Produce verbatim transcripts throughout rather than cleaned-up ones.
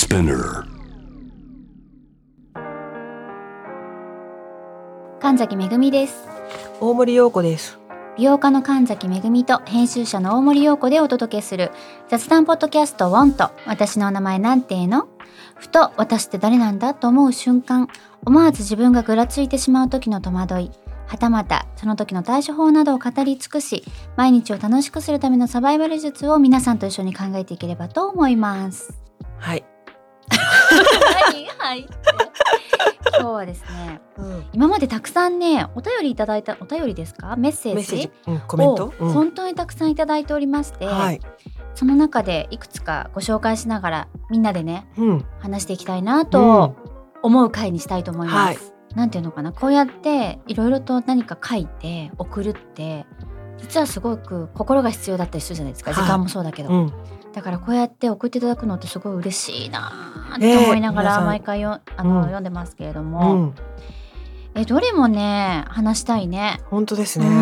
Spinner 神崎めぐみです。 大森洋子です。 美容家の神崎めぐみと編集者の大森洋子でお届けする雑談ポッドキャストウォンと私の名前なんていうの？ふと私って誰なんだと思う瞬間、思わず自分がぐらついてしまう時の戸惑い、はたまたその時の対処法などを語り尽くし、毎日を楽しくするためのサバイバル術を皆さんと一緒に考えていければと思います。 はい何はいって今日はですね、 うん、 今までたくさんねお便りいただいたお便りですかメッセージ、 メッセージ、うん、コメント、 を本当にたくさんいただいておりまして、 はい、 その中でいくつかご紹介しながらみんなでね、 うん、 話していきたいなと思う回にしたいと思います、 はい、 なんていうのかな、こうやっていろいろと何か書いて送るって実はすごく心が必要だったりするじゃないですか、はい、時間もそうだけど、うん、だからこうやって送っていただくのってすごい嬉しいなって思いながら毎回よあの、うん、読んでますけれども、うん、えどれもね話したいね。 本当ですね、うん、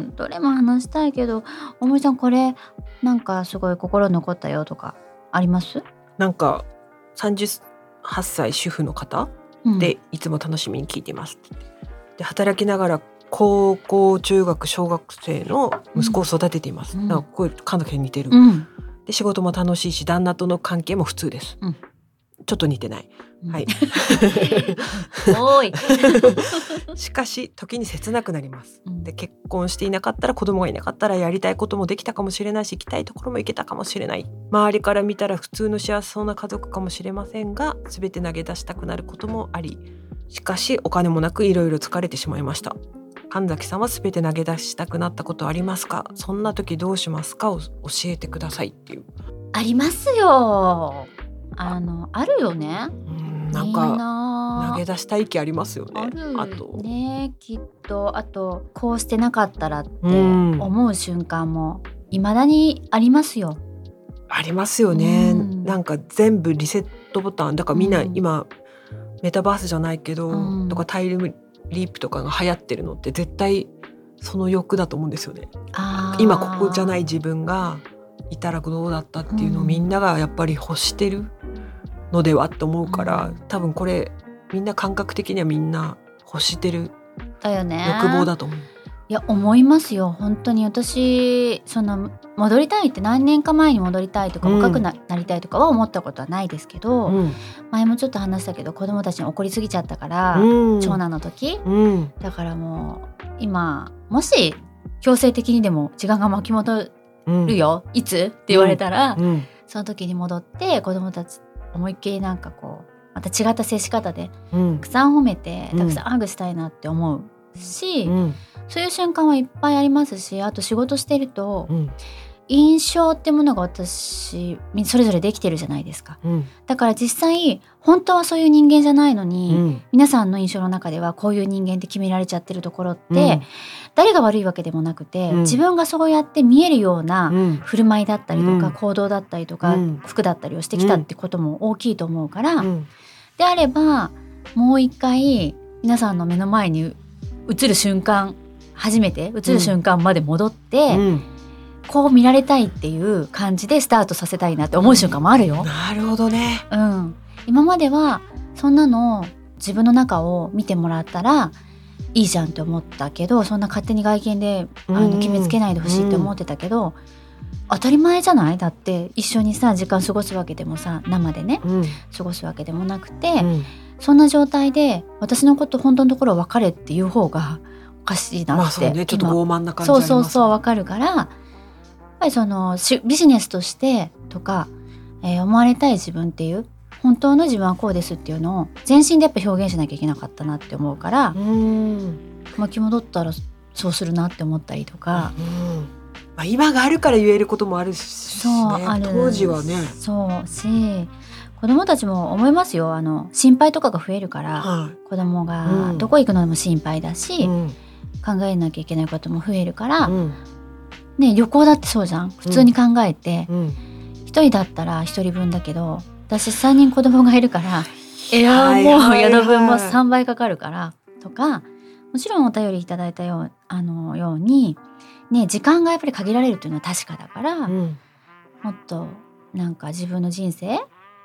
どれも話したいけど、大森さんこれなんかすごい心残ったよとかあります？ なんかさんじゅうはっさい主婦の方、うん、でいつも楽しみに聞いてますで、働きながら高校中学小学生の息子を育てています、うん、だからこういう感覚に似てる、うん、で仕事も楽しいし旦那との関係も普通です、うん、ちょっと似てない、うん、はいおいしかし時に切なくなります、うん、で結婚していなかったら子供がいなかったらやりたいこともできたかもしれないし行きたいところも行けたかもしれない、周りから見たら普通の幸せそうな家族かもしれませんが全て投げ出したくなることもあり、しかしお金もなくいろいろ疲れてしまいました。神崎さんは全て投げ出したくなったことありますか？そんな時どうしますかを教えてくださいっていう。 ありますよ。あのあるよね。 うんなんか投げ出したい気ありますよね。 あるあとねきっと。あとこうしてなかったらって思う瞬間も未だにありますよ。 ありますよね、うん、なんか全部リセットボタンだからみんな今、うん、メタバースじゃないけど、うん、とかタイムリープとかが流行ってるのって絶対その欲だと思うんですよね。今ここじゃない自分がいたらどうだったっていうのをみんながやっぱり欲してるのではと思うから、うん、多分これみんな感覚的にはみんな欲してるだよね。 欲望だと思う。 いや思いますよ本当に。私その戻りたいって何年か前に戻りたいとか、うん、若く な, なりたいとかは思ったことはないですけど、うん、前もちょっと話したけど子供たちに怒りすぎちゃったから、うん、長男の時、うん、だからもう今もし強制的にでも時間が巻き戻るよ、うん、いつって言われたら、うんうん、その時に戻って子供たち思いっきりなんかこうまた違った接し方で、うん、たくさん褒めてたくさんハグしたいなって思うし、うん、そういう瞬間はいっぱいありますし、あと仕事してると、うん、印象ってものが私それぞれできてるじゃないですか、うん、だから実際本当はそういう人間じゃないのに、うん、皆さんの印象の中ではこういう人間って決められちゃってるところって、うん、誰が悪いわけでもなくて、うん、自分がそうやって見えるような振る舞いだったりとか、うん、行動だったりとか、うん、服だったりをしてきたってことも大きいと思うから、うん、であればもう一回皆さんの目の前に映る瞬間、初めて映る瞬間まで戻って、うん、こう見られたいっていう感じでスタートさせたいなって思う瞬間もあるよ、うん、 なるほどね、 うん、今まではそんなの自分の中を見てもらったらいいじゃんって思ったけど、そんな勝手に外見であの決めつけないでほしいって思ってたけど、うん、当たり前じゃない？だって一緒にさ時間過ごすわけでもさ生でね、うん、過ごすわけでもなくて、うん、そんな状態で私のこと本当のところ別れっていう方がおかしいなって、まあそうね、 ちょっと傲慢な感じあります。 そうそうそう分かるから、やっぱりそのビジネスとしてとか、えー、思われたい自分っていう本当の自分はこうですっていうのを全身でやっぱ表現しなきゃいけなかったなって思うから、うーん巻き戻ったらそうするなって思ったりとか、うんまあ、今があるから言えることもあるし、ね、そうある当時はねそうし子供たちも思いますよ。あの心配とかが増えるから、はい、子供がどこ行くのも心配だし、うん、考えなきゃいけないことも増えるから、うんね、旅行だってそうじゃん。普通に考えて、うん、一人だったら一人分だけど私さんにん子供がいるからエアーも宿分もさんばいかかるからとか、もちろんお便りいただいたよう、あのように、ね、時間がやっぱり限られるというのは確かだから、うん、もっとなんか自分の人生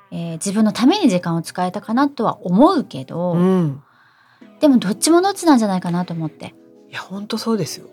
えー、自分のために時間を使えたかなとは思うけど、うん、でもどっちもどっちなんじゃないかなと思って。 いや本当そうですよ、 うん、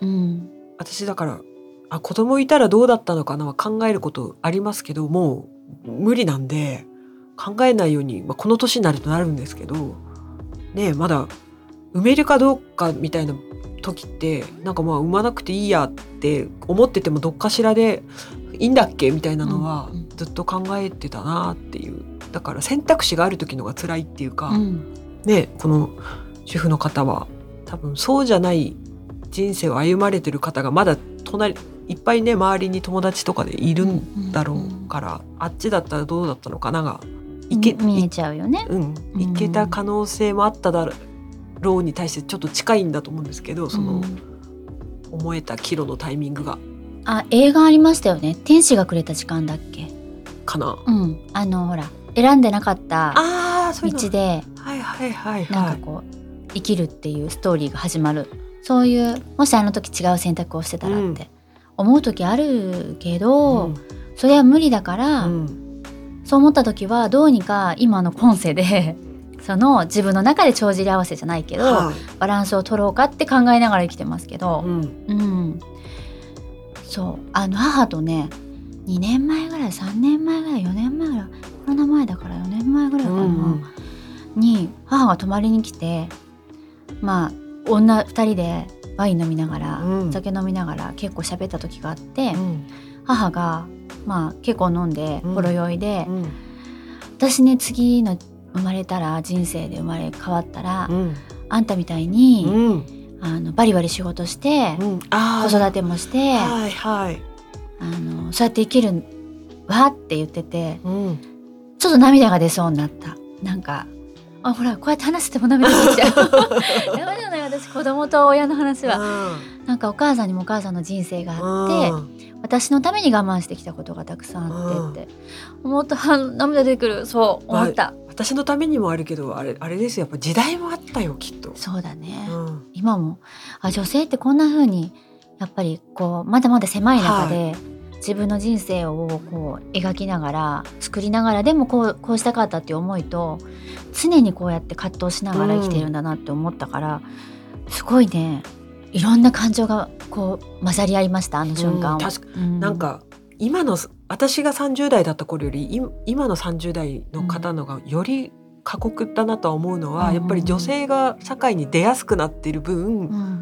私だからあ子供いたらどうだったのかなは考えることありますけど、もう無理なんで考えないように、まあ、この年になるとなるんですけどね、まだ産めるかどうかみたいな時ってなんかまあ産まなくていいやって思っててもどっかしらでいいんだっけみたいなのはずっと考えてたなっていう、だから選択肢がある時のが辛いっていうか、うん、ね、この主婦の方は多分そうじゃない人生を歩まれてる方がまだ隣いっぱいね周りに友達とかでいるんだろうから、うんうんうん、あっちだったらどうだったのかながいけ見えちゃうよね、 うん、いけた可能性もあっただろうに対してちょっと近いんだと思うんですけど、その思えた岐路のタイミングが、 あ、映画ありましたよね、天使がくれた時間だっけかな、 うん、あのほら選んでなかった道でなんかこう生きるっていうストーリーが始まる、そういうもしあの時違う選択をしてたらって思う時あるけど、うん、それは無理だから、うん、そう思った時はどうにか今の今世でその自分の中で帳尻合わせじゃないけど、はい、バランスを取ろうかって考えながら生きてますけど、うんうん、そうあの母とねにねんまえぐらいさんねんまえぐらいよねんまえぐらいコロナ前だからよねんまえぐらいかな、うん、に母が泊まりに来て、まあ女ふたりでワイン飲みながら、うん、酒飲みながら結構喋った時があって、うん、母が、まあ、結構飲んでほろ酔いで、うん、私ね次の生まれたら人生で生まれ変わったら、うん、あんたみたいに、うん、あのバリバリ仕事して、うん、子育てもして、はいはい、あのそうやって生きるわって言ってて、うん、ちょっと涙が出そうになった。なんかあほらこうやって話しても涙出ちゃうダメじゃない私子供と親の話は、うん、なんかお母さんにもお母さんの人生があって、うん、私のために我慢してきたことがたくさんあってって、うん、思うと涙出てくる。そう思った、 まあ、私のためにもあるけどあれ、あれですよ、やっぱ時代もあったよきっと。 そうだね、うん、今もあ女性ってこんな風にやっぱりこうまだまだ狭い中で、はい、自分の人生をこう描きながら作りながらでもこう、こうしたかったっていう思いと常にこうやって葛藤しながら生きてるんだなって思ったから、うん、すごいねいろんな感情がこう混ざり合いましたあの瞬間は、うん、 確か、うん、なんか今の私がさんじゅう代だった頃より今のさんじゅう代の方のがより過酷だなとは思うのは、うん、やっぱり女性が社会に出やすくなっている分、うん、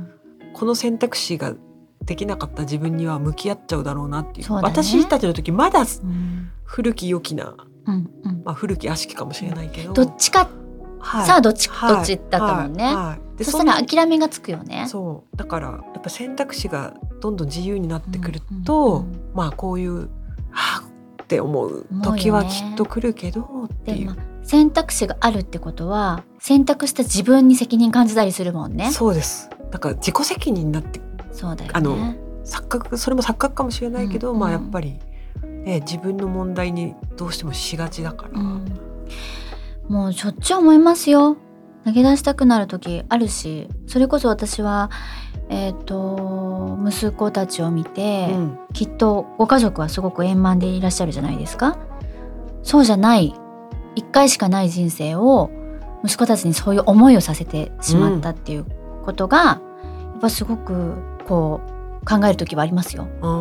この選択肢ができなかった自分には向き合っちゃうだろうなっていう、ね、私たちの時まだ古き良きな、うんうんまあ、古き悪しきかもしれないけど、 どっちか、はい、さあどっち、はい、どっちだったもんね、はいはい、でそしたら諦めがつくよね。 そうだからやっぱ選択肢がどんどん自由になってくると、うんうんうん、まあこういうはぁって思う時はきっと来るけどっていう、 で、まあ、選択肢があるってことは選択した自分に責任感じたりするもんね。 そうです。だから自己責任になってそうだよね、 あの錯覚それも錯覚かもしれないけど、うんうん、まあやっぱり、ね、自分の問題にどうしてもしがちだから、うん、 もうしょっちゅう思いますよ。投げ出したくなる時あるし、それこそ私は、えーと、息子たちを見て、うん、きっとご家族はすごく円満でいらっしゃるじゃないですか。そうじゃない一回しかない人生を息子たちにそういう思いをさせてしまったっていうことが、うん、やっぱすごくこう考える時はありますよ、うん、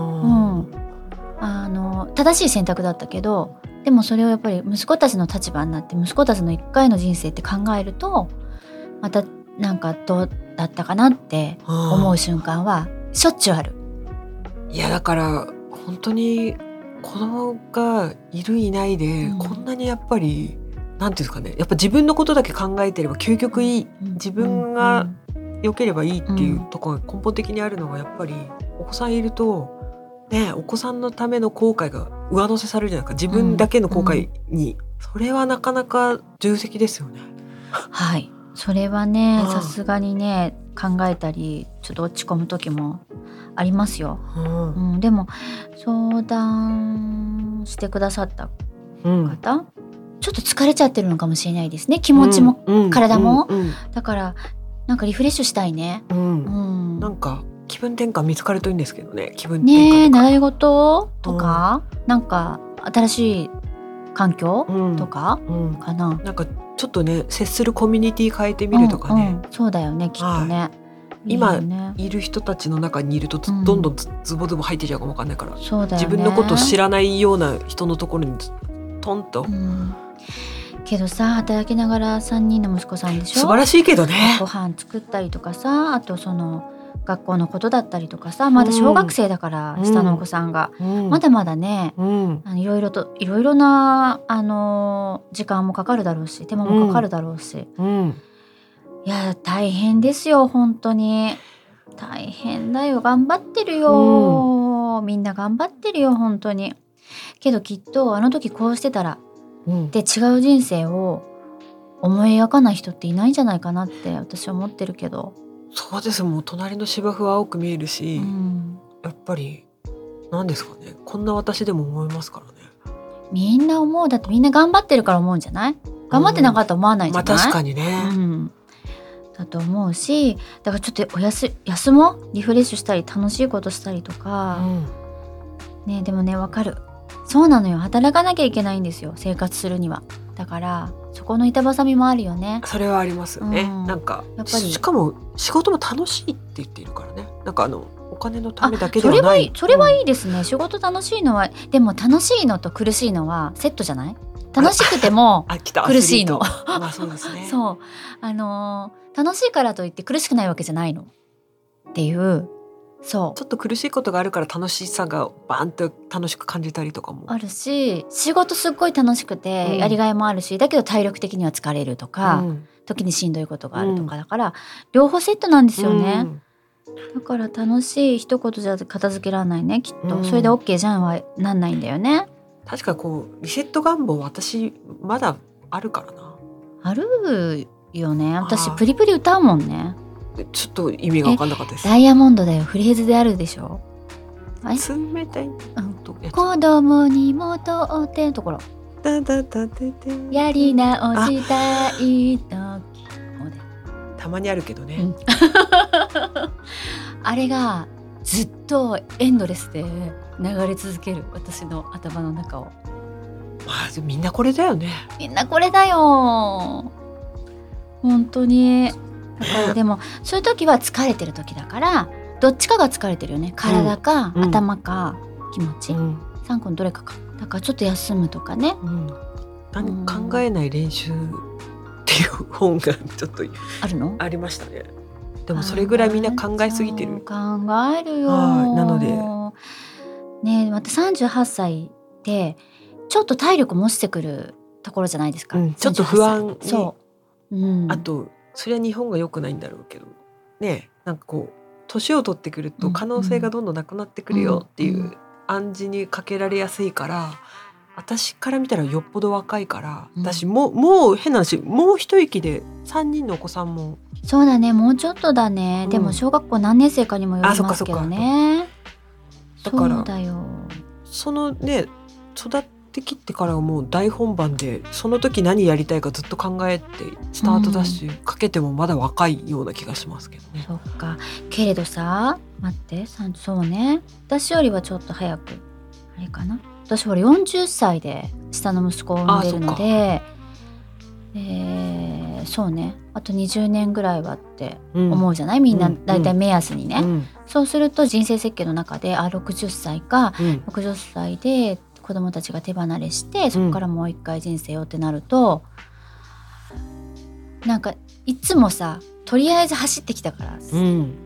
あの正しい選択だったけど、でもそれをやっぱり息子たちの立場になって息子たちの一回の人生って考えるとまたなんかどうだったかなって思う瞬間はしょっちゅうある。 いやだから本当に子供がいるいないで、うん、こんなにやっぱりなんていうんですかね、やっぱ自分のことだけ考えてれば究極いい、うん、自分が良ければいいっていうところが根本的にあるのがやっぱりお子さんいるとね、お子さんのための後悔が上乗せされるじゃないですか、自分だけの後悔に、うんうん、それはなかなか重責ですよね。 はい、それはねさすがにね考えたりちょっと落ち込む時もありますよ、うんうん、でも相談してくださった方、うん、ちょっと疲れちゃってるのかもしれないですね、気持ちも、うん、体も、うんうん、だからなんかリフレッシュしたいね、うんうん、なんか気分転換見つかるといいんですけどね。気分転換とかね、習い事とか、うん、なんか新しい環境とかかな、 うんうん、なんかちょっとね接するコミュニティ変えてみるとかね、 うんうん、そうだよねきっとね、はい、 今いる人たちの中にいると、うん、どんどんズボズボ入ってちゃうかもわかんないから、 そうだよね、 自分のことを知らないような人のところにトンと、うん、 けどさ働きながらさんにんの息子さんでしょ。 素晴らしいけどね。 ご飯作ったりとかさ、あとその学校のことだったりとかさ、まだ小学生だから、うん、下のお子さんが、うん、まだまだね、うん、あのいろいろといろいろな、あのー、時間もかかるだろうし手間もかかるだろうし、うん、いや大変ですよ本当に大変だよ。頑張ってるよ、うん、みんな頑張ってるよ本当に。けどきっとあの時こうしてたら、うん、で違う人生を思い描かない人っていないんじゃないかなって私は思ってるけど。 そうです。もう隣の芝生は青く見えるし、うん、やっぱり何ですかね、こんな私でも思いますからね。 みんな思う。だってみんな頑張ってるから思うんじゃない？頑張ってなかったら思わないじゃない？ うん、まあ確かにね、うん、 だと思うし、だからちょっとおやす休もう、リフレッシュしたり楽しいことしたりとか、うん、ね。でもね分かる、そうなのよ、働かなきゃいけないんですよ生活するには。だからそこの板挟みもあるよね。 それはありますよね、うん、なんかやっぱりしかも仕事も楽しいって言っているからね。なんかあのお金のためだけではない。それはいい、 それはいいですね、うん、仕事楽しいのは。でも楽しいのと苦しいのはセットじゃない？楽しくても苦しいの。 まあそうですね。 そうあのー、楽しいからといって苦しくないわけじゃないのっていう。そうちょっと苦しいことがあるから楽しさがバーンと楽しく感じたりとかもあるし、仕事すっごい楽しくてやりがいもあるし、うん、だけど体力的には疲れるとか、うん、時にしんどいことがあるとかだから、うん、両方セットなんですよね、うん、だから楽しい一言じゃ片付けられないねきっと、うん、それで OK じゃんはなんないんだよね。 確かこうリセット願望私まだあるからな。 あるよね。私プリプリ歌うもんね。 ちょっと意味が分かんなかったです。 ダイヤモンドだよ、フレーズであるでしょ。 冷たい、うん、 子供に戻ってのところだだだででやり直したい時たまにあるけどね、うん、 あれがずっとエンドレスで流れ続ける私の頭の中を。 まあみんなこれだよね。 みんなこれだよ本当に。だからでもそういう時は疲れてる時だからどっちかが疲れてるよね。体か、うん、頭か気持ち、うん、さんこのどれかか。だからちょっと休むとかね、うん、 何考えない練習っていう本がちょっとあるの？ ありましたね。でもそれぐらいみんな考えすぎてる。 考えるよ。 なのでねえ、またさんじゅうはっさいでちょっと体力も落ちてくるところじゃないですか、 うん、ちょっと不安に。 そう、うん、 あとそれは日本が良くないんだろうけどね、なんかこう年を取ってくると可能性がどんどんなくなってくるよっていう暗示にかけられやすいから、私から見たらよっぽど若いから、うん、私もうもう変な話、もう一息でさんにんのお子さんも。 そうだね、もうちょっとだね、うん、でも小学校何年生かにもよりますけどね。 だからそうだよ、 そのね育ってきてからはもう大本番でその時何やりたいかずっと考えてスタートダッシュかけてもまだ若いような気がしますけどね、 うん、そっか。けれどさ待ってさそうね、私よりはちょっと早くあれかな。私ほらよんじゅっさいで下の息子を産んでるので、えー、そうね、あとにじゅうねんぐらいはって思うじゃない、うん、みんなだいたい目安にね、うん、そうすると人生設計の中であろくじゅっさいか、うん、ろくじゅっさいで子供たちが手離れしてそこからもう一回人生をってなると、うん、なんかいつもさとりあえず走ってきたから、うん、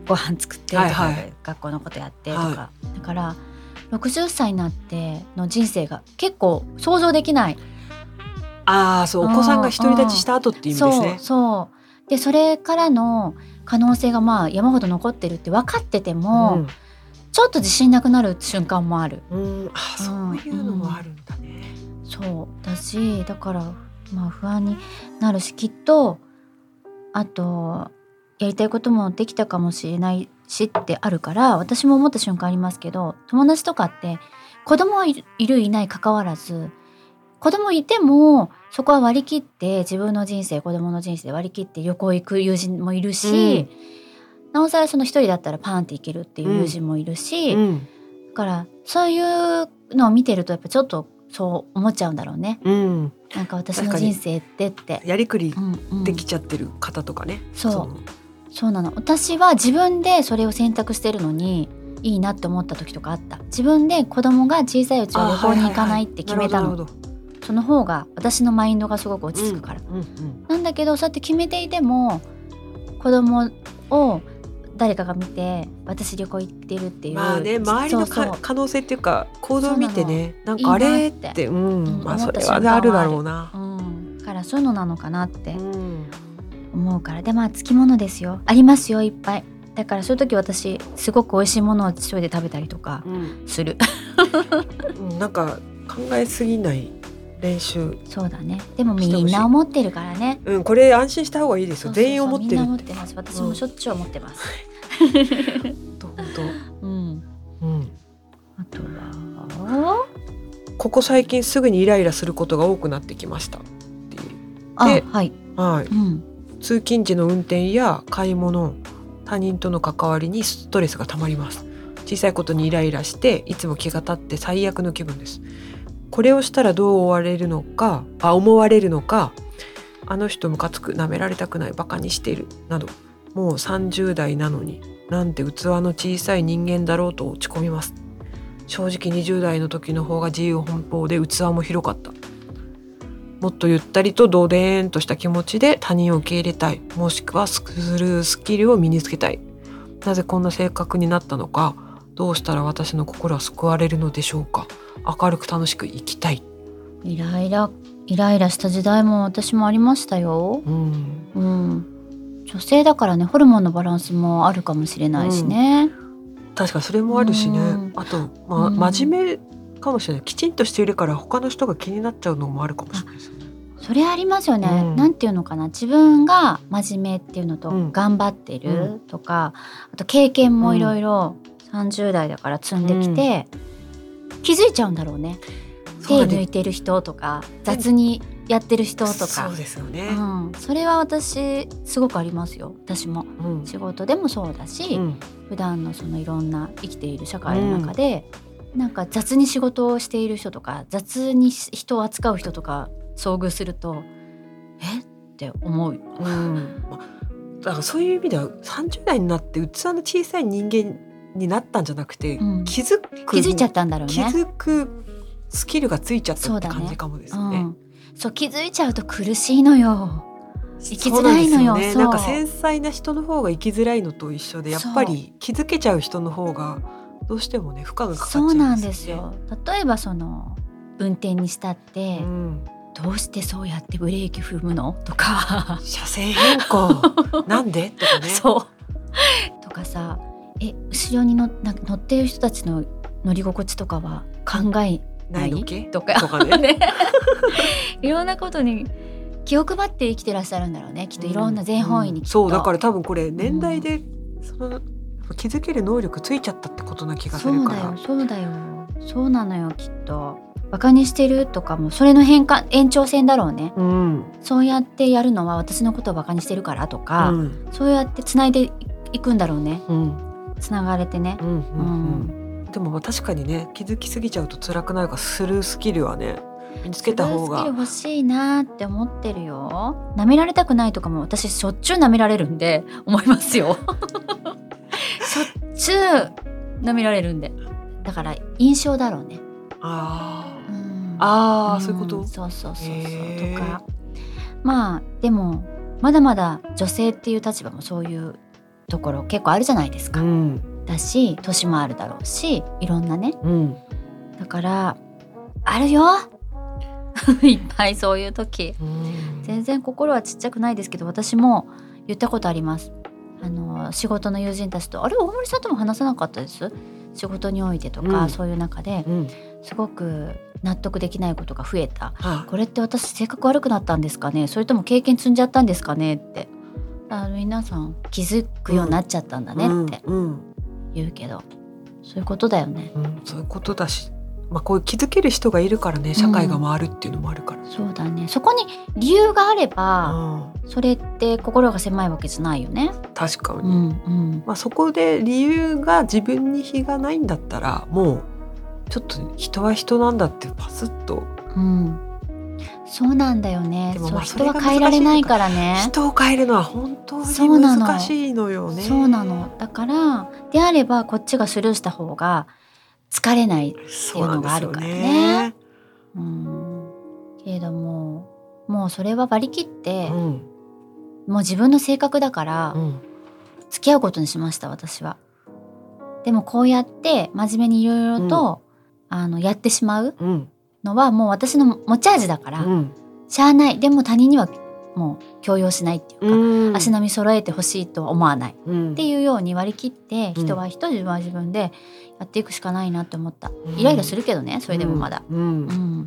ご飯作ってとか、はいはい、学校のことやってとか、はい、だからろくじゅっさいになっての人生が結構想像できない。 ああ、そう、お子さんが独り立ちした後っていう意味ですね。 そうそうで、それからの可能性がまあ山ほど残ってるって分かってても、うん、ちょっと自信なくなる瞬間もある。 うん、あ、そういうのもあるんだね、 うん、そうだし、だからまあ不安になるし、きっとあとやりたいこともできたかもしれないしってあるから、私も思った瞬間ありますけど、友達とかって子供はいる、いるいない関わらず、子供いてもそこは割り切って自分の人生子供の人生で割り切って旅行行く友人もいるし、うん、なおさらその一人だったらパーンって行けるっていう友人もいるし、うん、だからそういうのを見てるとやっぱちょっとそう思っちゃうんだろうね、 うん、 なんか私の人生ってってやりくりできちゃってる方とかね、うんうん、 そうそうなの。私は自分でそれを選択してるのにいいなって思った時とかあった。自分で子供が小さいうちは旅行に行かないって決めたの、その方が私のマインドがすごく落ち着くから、うんうんうん、なんだけどそうやって決めていても子供を誰かが見て私旅行行ってるっていう、まあね、周りのかそうそう可能性っていうか行動を見てね、なんかあれって、うん、うん、まあそれはあるだろうな、 うん、だからそういうのなのかなって思うから、でまあつきものですよ、ありますよいっぱい。だからそういう時私すごく美味しいものを一人で食べたりとかする、 うん、なんか考えすぎない練習。 そうだね。でもみんな思ってるからね。 うん、これ安心した方がいいですよ。そうそうそう、全員思ってるって。 みんな思ってます。私もしょっちゅう思ってます。 本当。 うんうん。あとはここ最近すぐにイライラすることが多くなってきましたっていう。 あ、はいはい。 うん、通勤時の運転や買い物、他人との関わりにストレスがたまります。小さいことにイライラしていつも気が立って最悪の気分です。これをしたらどう思われるのかあ思われるのか、あの人ムカつく、舐められたくない、バカにしているなど、もうさんじゅう代なのになんて器の小さい人間だろうと落ち込みます。正直にじゅう代の時の方が自由奔放で器も広かった。もっとゆったりとドデーンとした気持ちで他人を受け入れたい、もしくはスルースキルを身につけたい。なぜこんな性格になったのか、どうしたら私の心は救われるのでしょうか。明るく楽しく生きたい。 イライライライラした時代も私もありましたよ、うんうん、女性だからね、ホルモンのバランスもあるかもしれないしね、うん、 確かそれもあるしね、うん、あと、まうん、真面目かもしれない。きちんとしているから他の人が気になっちゃうのもあるかもしれないですね。 それありますよね、うん、なんていうのかな、自分が真面目っていうのと、頑張ってるとか、あと経験もいろいろさんじゅう代だから積んできて、気づいちゃうんだろうね。手抜いてる人とか雑にやってる人とか、 そうですよね、 うん、それは私すごくありますよ。私も、うん、仕事でもそうだし、うん、普段のそのいろんな生きている社会の中で、うん、なんか雑に仕事をしている人とか雑に人を扱う人とか遭遇するとえって思う、うんま、だからそういう意味ではさんじゅう代になって器の小さい人間になったんじゃなくて、うん、気づく気づいちゃったんだろうね。 気づくスキルがついちゃったって感じかもですよね。そうだね、うん、 そう気づいちゃうと苦しいのよ。生きづらいのよ。 そうなんですよね。なんか繊細な人の方が生きづらいのと一緒で、やっぱり気づけちゃう人の方がどうしてもね負荷がかかっちゃいますよね。 そうなんですよ。例えばその運転にしたって、うん、どうしてそうやってブレーキ踏むのとか車線変更なんでとかね。 そうとかさ、え後ろにのなんか乗っている人たちの乗り心地とかは考えないのけとか、とかねいろんなことに気を配って生きてらっしゃるんだろうね、きっといろんな全方位に、うんうん、 そうだから多分これ年代でその気づける能力ついちゃったってことな気がするから。 そうだよそうだよそうなのよ。きっとバカにしてるとかもそれの変化延長線だろうね、うん、そうやってやるのは私のことをバカにしてるからとか、うん、そうやってつないでいくんだろうね、うん、つながれてね、うんうんうんうん、でも確かにね気づきすぎちゃうと辛くなるから、スルースキルはね見つけた方が。 スルースキル欲しいなって思ってるよ。舐められたくないとかも私しょっちゅう舐められるんで思いますよしょっちゅう舐められるんで、だから印象だろうね。 あー、うん、あー、うん、そういうこと。 そうそうそうそうとか、まあでもまだまだ女性っていう立場もそういうところ結構あるじゃないですか、うん、だし年もあるだろうしいろんなね、うん、だからあるよいっぱいそういう時、うん、全然心はちっちゃくないですけど、私も言ったことあります。あの仕事の友人たちと、あれ大森さんとも話さなかったです、仕事においてとか、うん、そういう中で、うん、すごく納得できないことが増えた、はあ、これって私性格悪くなったんですかね、それとも経験積んじゃったんですかねって、あの皆さん気づくようになっちゃったんだねって言うけど、そういうことだよね、 うん、そういうことだし、まあ、こういう気づける人がいるからね社会が回るっていうのもあるから、うん、 そうだね。そこに理由があれば、うん、それって心が狭いわけじゃないよね。 確かに、うんうん、まあ、そこで理由が自分に非がないんだったらもうちょっと人は人なんだってパスッと、 うん、そうなんだよね。 でもまあそう人は変えられないからね。 人を変えるのは本当に難しいのよね。 そうなの。だからであればこっちがスルーした方が疲れないっていうのがあるからね。うん、けれどももうそれは割り切って、うん、もう自分の性格だから、うん、付き合うことにしました私は。でもこうやって真面目にいろいろと、うん、あのやってしまうのはもう私の持ち味だから、うん、しゃあない。でも他人にはもう強要しないっていうか、うん、足並み揃えてほしいとは思わない、うん、っていうように割り切って、人は人、自分は自分でやっていくしかないなって思った。イライラするけどね、それでもまだ、うんうん、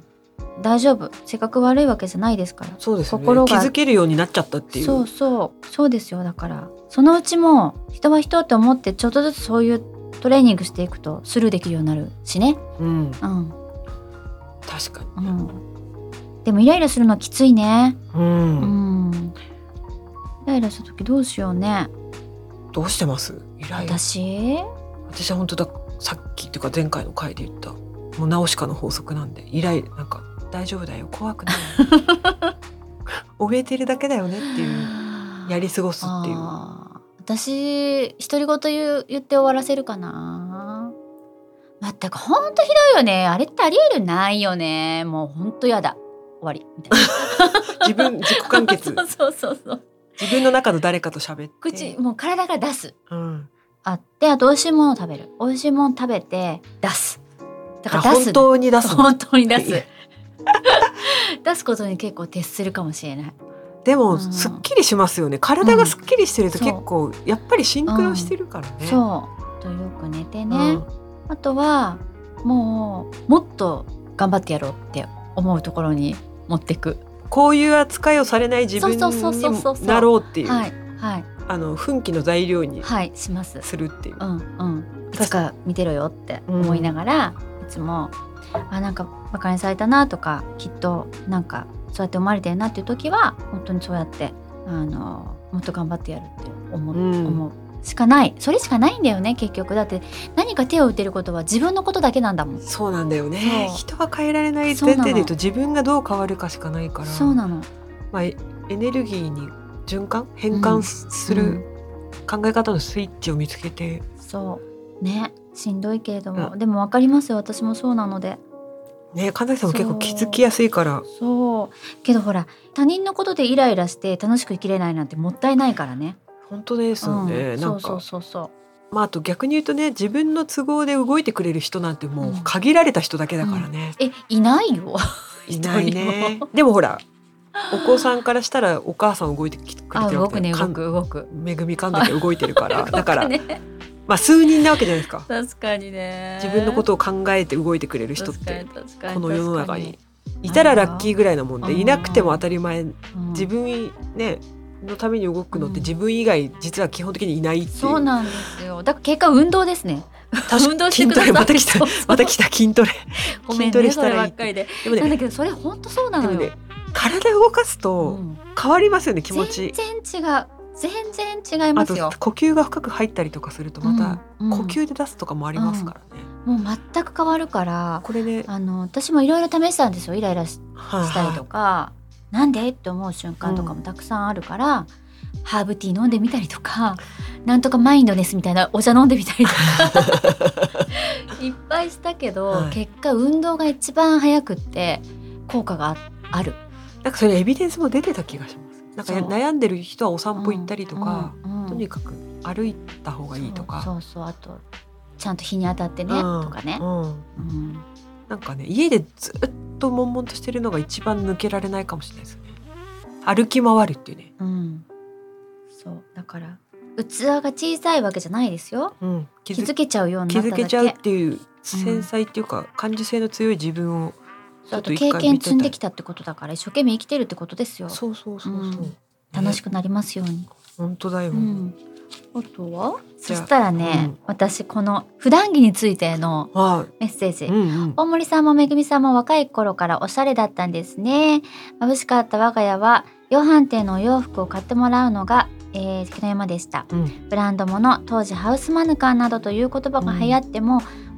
大丈夫。性格悪いわけじゃないですから。 そうですね、心が気づけるようになっちゃったっていう。 そうそうそうですよ。だからそのうちも人は人って思ってちょっとずつそういうトレーニングしていくとスルーできるようになるしね。うん、うん、 確かに、うん、 でもイライラするのはきついね。 うん、うん、 イライラした時どうしようね。 どうしてます？イライラ。 私私は本当だ、さっきというか前回の回で言ったもうナウシカの法則なんで、イライラなんか大丈夫だよ、怖くない怯えてるだけだよねっていう、やり過ごすっていう。 私独り言言う言って終わらせるかな。まったくほんとひどいよね。あれってありえるないよね。もうほんとやだ、終わりみたいな自分自己完結そうそうそうそう、 自分の中の誰かと喋って口もう体から出す、 うん、 あってあと美味しいものを食べる。美味しいもの食べて出す。だから出す、 本当に出す本当に出す出すことに結構徹するかもしれない。 でも、うん、すっきりしますよね。体がすっきりしてると結構、うん、やっぱりシンクロしてるからね、うん、 そうとよく寝てね、うん、あとはもうもっと頑張ってやろうって思うところに持ってく。 こういう扱いをされない自分になろうっていう、 はいはい、 あの奮起の材料にしますするっていう、 はい、うんうん、いつか見てろよって思いながら、うん、いつもあなんかバカにされたなとか、きっとなんかそうやって思われてるなっていう時は本当にそうやってあのもっと頑張ってやるって思う、うん、思うしかない。それしかないんだよね結局。だって何か手を打てることは自分のことだけなんだもん。 そうなんだよね。人は変えられない前提で言うと自分がどう変わるかしかないから。 そうなの、 まあ、エネルギーに循環変換する考え方のスイッチを見つけて、 うん、そうね、しんどいけれども、うん、でも分かりますよ。私もそうなのでね、神崎さんも結構気づきやすいから。 そうけどほら他人のことでイライラして楽しく生きれないなんてもったいないからね。 本当ですよね、うん、なんかそうそうそうそう、 まあ、あと逆に言うとね、自分の都合で動いてくれる人なんてもう限られた人だけだからね、 うんうん、えいないよいないねでもほらお子さんからしたらお母さん動いてきてくれてるわけで、 動くね動く動く、 恵みかんだけ動いてるからだから、まあ、数人なわけじゃないですか。 確かにね。 自分のことを考えて動いてくれる人ってこの世の中にいたらラッキーぐらいなもんで、いなくても当たり前、自分ねのために動くのって自分以外実は基本的にいないっていう。 そうなんですよ。だから結果運動ですね。運動してください。 また来たまた来た筋トレごめんね、筋トレしたらいいそればっかりで。でもね、なんだけどそれ本当そうなのよ。でもね、 体動かすと変わりますよね、気持ち。 全然違う。全然違いますよ。 あと呼吸が深く入ったりとかするとまた呼吸で出すとかもありますからね、 うんうん、もう全く変わるから。これね、あの私もいろいろ試したんですよ。イライラ し,、はあ、したりとかなんでって思う瞬間とかもたくさんあるから、うん、ハーブティー飲んでみたりとか、なんとかマインドネスみたいなお茶飲んでみたりとかいっぱいしたけど、はい、結果運動が一番早くって効果がある。 なんかそれエビデンスも出てた気がします。なんか悩んでる人はお散歩行ったりとか、うんうんうん、とにかく歩いた方がいいとか、 そうそうそう、あとちゃんと日に当たってね、うん、とかね、うんうん、 なんかね、家でずっと悶々としてるのが一番抜けられないかもしれないですね。歩き回るっていうね、うん、 そうだから器が小さいわけじゃないですよ、うん、気づけちゃうようになっただけ。 気づけちゃうっていう繊細っていうか、うん、感受性の強い自分をあと経験積んできたってことだから、一生懸命生きてるってことですよ。 そうそうそうそう、うん、 楽しくなりますように。 本当だよ、うん、 あとはそしたらね、うん、私この普段着についてのメッセージ、はいうんうん、大森さんもめぐみさんも若い頃からおしゃれだったんですね。眩しかった我が家は量販店のお洋服を買ってもらうのがえー、気の山でした、うん、ブランド物、当時ハウスマヌカンなどという言葉が流行っても、うん、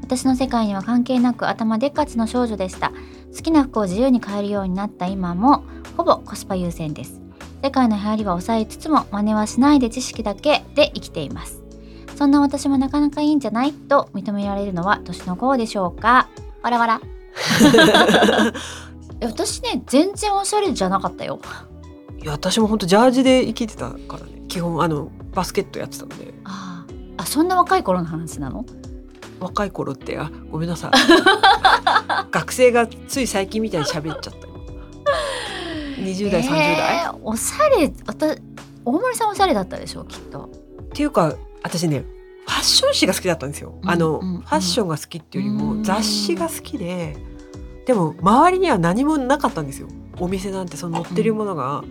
私の世界には関係なく頭でっかちの少女でした。好きな服を自由に買えるようになった今もほぼコスパ優先です。世界の流行りは抑えつつも真似はしないで知識だけで生きています。そんな私もなかなかいいんじゃないと認められるのは年の功でしょうか。わらわら私ね全然おしゃれじゃなかったよ。 いや私も本当ジャージで生きてたからね。基本あのバスケットやってたんで。 ああ、そんな若い頃の話なの？ 若い頃ってあごめんなさい学生がつい最近みたいに喋っちゃったにじゅう代、さんじゅう代、 えー、おしゃれ、大森さんおしゃれだったでしょきっと。 っていうか私ねファッション誌が好きだったんですよ、うん、あの、うんうん、ファッションが好きっていうよりも雑誌が好きで、でも周りには何もなかったんですよ。お店なんてその載ってるものが、うん、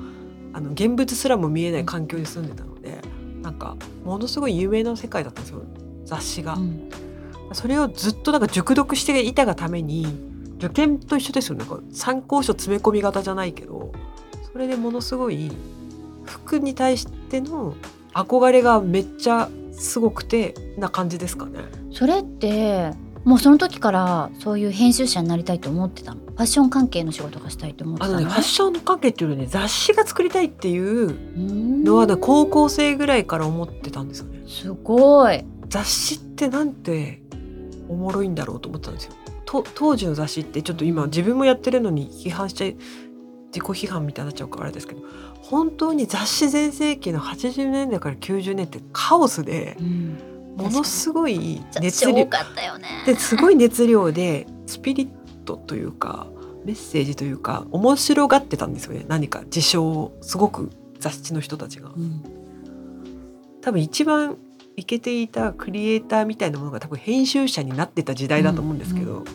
あの現物すらも見えない環境に住んでたので、なんかものすごい有名な世界だったんですよ雑誌が、うん、それをずっとなんか熟読していたがために受験と一緒ですよ。なんか参考書詰め込み型じゃないけど、それでものすごい服に対しての憧れがめっちゃすごくてな感じですかね。 それってもうその時からそういう編集者になりたいと思ってたの？ファッション関係の仕事がしたいと思ってたの？ あのね、ファッション関係っていうよりね雑誌が作りたいっていうのは、ね、高校生ぐらいから思ってたんですよね。 すごい。 雑誌ってなんておもろいんだろうと思ったんですよ。と当時の雑誌ってちょっと今自分もやってるのに批判しちゃい自己批判みたいになっちゃうからあれですけど、本当に雑誌全盛期のはちじゅうねんだいからきゅうじゅうねんってカオスで、うん、ものすごい熱量ですごい熱量でスピリットというかメッセージというか面白がってたんですよね。何か事象をすごく雑誌の人たちが、うん、多分一番イケていたクリエイターみたいなものが多分編集者になってた時代だと思うんですけど、うんうん、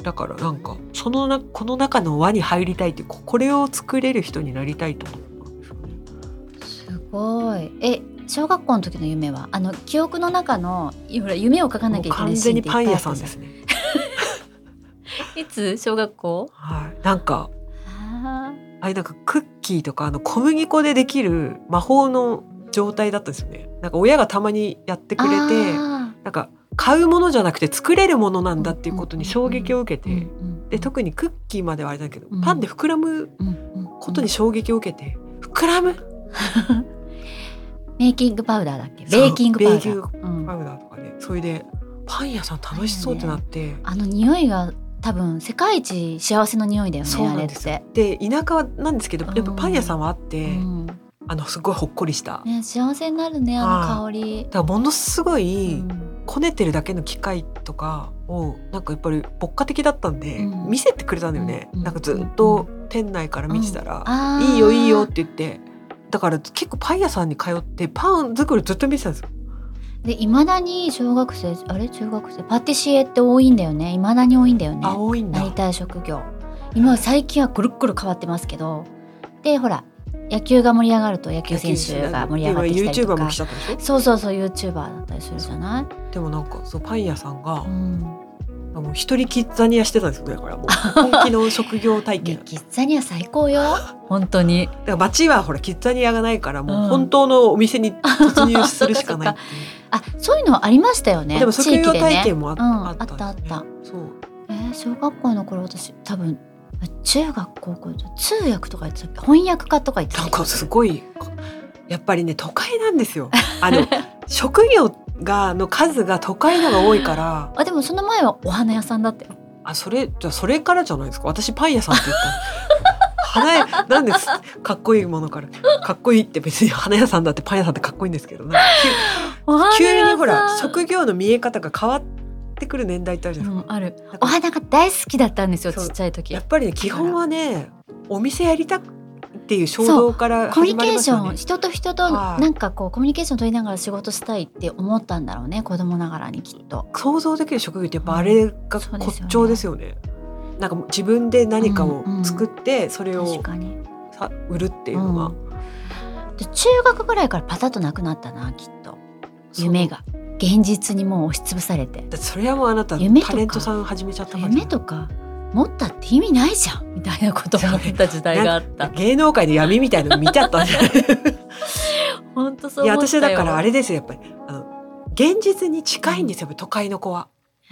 だからなんかそのなこの中の輪に入りたいっていうこれを作れる人になりたいと思ったんですよね。 すごい。え小学校の時の夢はあの記憶の中の夢を描かなきゃいけないシーンっていっぱいあったじゃん。完全にパン屋さんですねいつ小学校？ はい、なんかああれなんかクッキーとかあの小麦粉でできる魔法の状態だったんですよね。なんか親がたまにやってくれて、なんか買うものじゃなくて作れるものなんだっていうことに衝撃を受けて、で特にクッキーまではあれだけど、うん、パンで膨らむことに衝撃を受けて、膨らむメイキングパウダーだっけ？ベーキングパウダー、ベーキングパウダーとかね、うん、それでパン屋さん楽しそうってなって、 あの匂いが多分世界一幸せの匂いだよね。 そうなんですよ。で田舎なんですけど、やっぱパン屋さんはあって、うん、あのすごいほっこりした、 ね、幸せになるねあの香り。 だからものすごい、うん、こねてるだけの機械とかをなんかやっぱり牧歌的だったんで、うん、見せてくれたんだよね、うん、なんかずっと店内から見てたら、うん、いいよいいよって言って、だから結構パン屋さんに通ってパン作りずっと見てたんですよ。 で未だに小学生あれ中学生パティシエって多いんだよね。未だに多いんだよね。 あ多いんだ。 なりたい職業今は最近はぐるっぐる変わってますけど、でほら野球が盛り上がると野球選手が盛り上がってきたりとか、 YouTuber も来ちゃったでしょ。 そうそうそう YouTuber だったりするじゃない。 でもなんかそうパン屋さんが、うん、もう一人キッザニアしてたんですよね。だからもう本気の職業体験キッザニア最高よ本当に。 だから街はほらキッザニアがないからもう本当のお店に突入するしかないっていう、 あそういうのありましたよね。 でも職業体験もあ、 ね、うん、あったあった。そう、えー、小学校の頃私多分中学高校通訳とか言ってたっけ、翻訳家とか言ってたっけ。 なんかすごいやっぱりね都会なんですよあの職業がの数が都会のが多いからあでもその前はお花屋さんだったよ。 あそれじゃそれからじゃないですか。私パン屋さんって言った花屋なんですかっこいいものからかっこいいって別に花屋さんだってパン屋さんってかっこいいんですけど、なんか急にほら職業の見え方が変わってくる年代ってあるじゃないですか、 うん、ある。お花が大好きだったんですよちっちゃい時。 やっぱりね基本はねお店やりたくっていう衝動から始まりますよね。 コミュニケーション人と人となんかこうコミュニケーション取りながら仕事したいって思ったんだろうね子供ながらにきっと。 想像できる職業ってやっぱあれが骨頂ですよね、うん、そうですよね。なんか自分で何かを作ってそれをさ売るっていうのが、 うん、で中学ぐらいからパタッとなくなったなきっと夢が現実にもう押しつぶされて。だってそれはもうあなたタレントさん始めちゃったから。 夢とか持ったって意味ないじゃんみたいなことを思った時代があった。 芸能界の闇みたいなの見ちゃったんじゃない本当そう思ったよ。いや私だからあれですよやっぱりあの現実に近いんですよ、うん、都会の子は。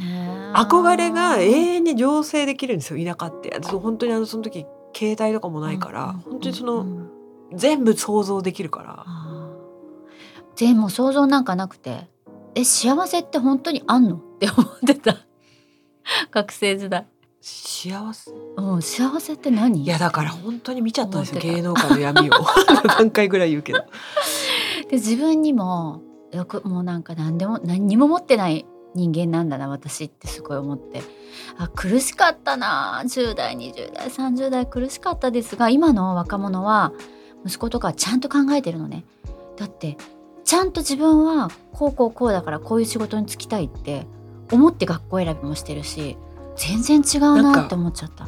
憧れが永遠に醸成できるんですよ、田舎って。本当にあのその時携帯とかもないから、うん、本当にその、うん、全部想像できるから。 全部想像なんかなくて、え幸せって本当にあんのって思ってた学生時代。 幸せ、 うん、幸せって何？ いやだから本当に見ちゃったんですよ、芸能界の闇を何回ぐらい言うけどで自分にもよくもうなんか何でも何にも持ってない人間なんだな私ってすごい思って、あ苦しかったな、じゅう代にじゅう代さんじゅう代苦しかったですが、今の若者は息子とかちゃんと考えてるのね。だってちゃんと自分はこうこうこうだからこういう仕事に就きたいって思って学校選びもしてるし、全然違うなって思っちゃった。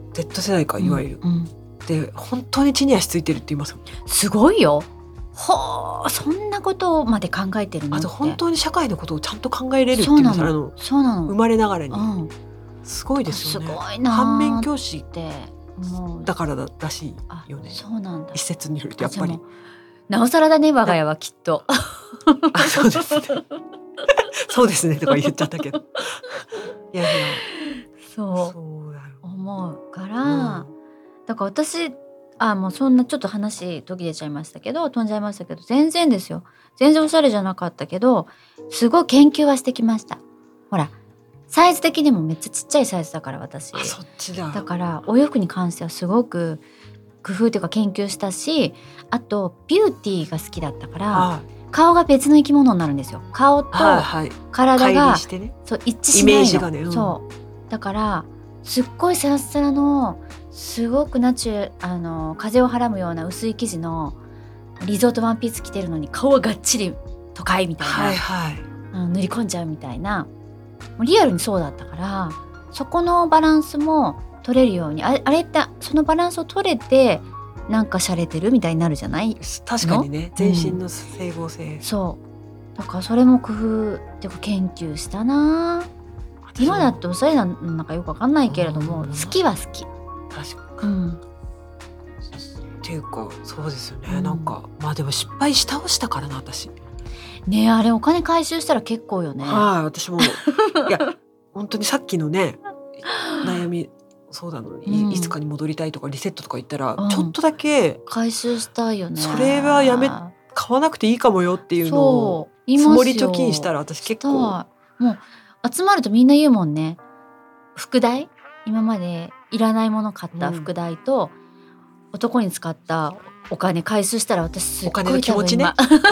Z 世代かいわゆる、うんうん、で本当に地に足ついてるって言いますもん。 すごいよ。ほー、そんなことまで考えてるのって。 あと本当に社会のことをちゃんと考えれるっていうの。 そうなの、そうなの、 生まれながらに、 うん、 すごいですよね。 すごいな。 反面教師ってもうだからだらしいよね。 そうなんだ。 一説によるとやっぱりなおさらだね我が家はきっとあそうですねそうですねとか言っちゃったけどいやいやそうそうだよ思うから、うん、だから私あもうそんなちょっと話途切れちゃいましたけど飛んじゃいましたけど、全然ですよ。全然おしゃれじゃなかったけどすごい研究はしてきました。ほらサイズ的にもめっちゃちっちゃいサイズだから私。 あそっちだ。 だからお洋服に関してはすごく工夫というか研究したし、あとビューティーが好きだったから、はい、顔が別の生き物になるんですよ。顔と体が、はいはいね、そう一致しないの。イメージがね、うん、そうだからすっごいサラッサラのすごくナチュあの風をはらむような薄い生地のリゾートワンピース着てるのに顔はがっちり都会みたいな、はいはい、あの塗り込んじゃうみたいな、もうリアルにそうだったから、そこのバランスも取れるように、あれ、あれってそのバランスを取れてなんか洒落てるみたいになるじゃない。 確かにね、全身の整合性、うん、 そうだからそれも工夫っていうか研究したな。今だっておしゃれなんかよくわかんないけれども、好きは好き。 確かに、うん、っていうかそうですよね、うん、なんかまあでも失敗したをしたからな私ねえ、あれお金回収したら結構よね。 はい、私もいや本当にさっきのね悩みそうだのに、うん、いつかに戻りたいとかリセットとか言ったら、うん、ちょっとだけ回収したいよね。 それはやめ買わなくていいかもよっていうのを積もり貯金したら私結構もう集まるとみんな言うもんね。副題今までいらないもの買った副題と、うん、男に使ったお金回収したら私すっごいお金の気持ちね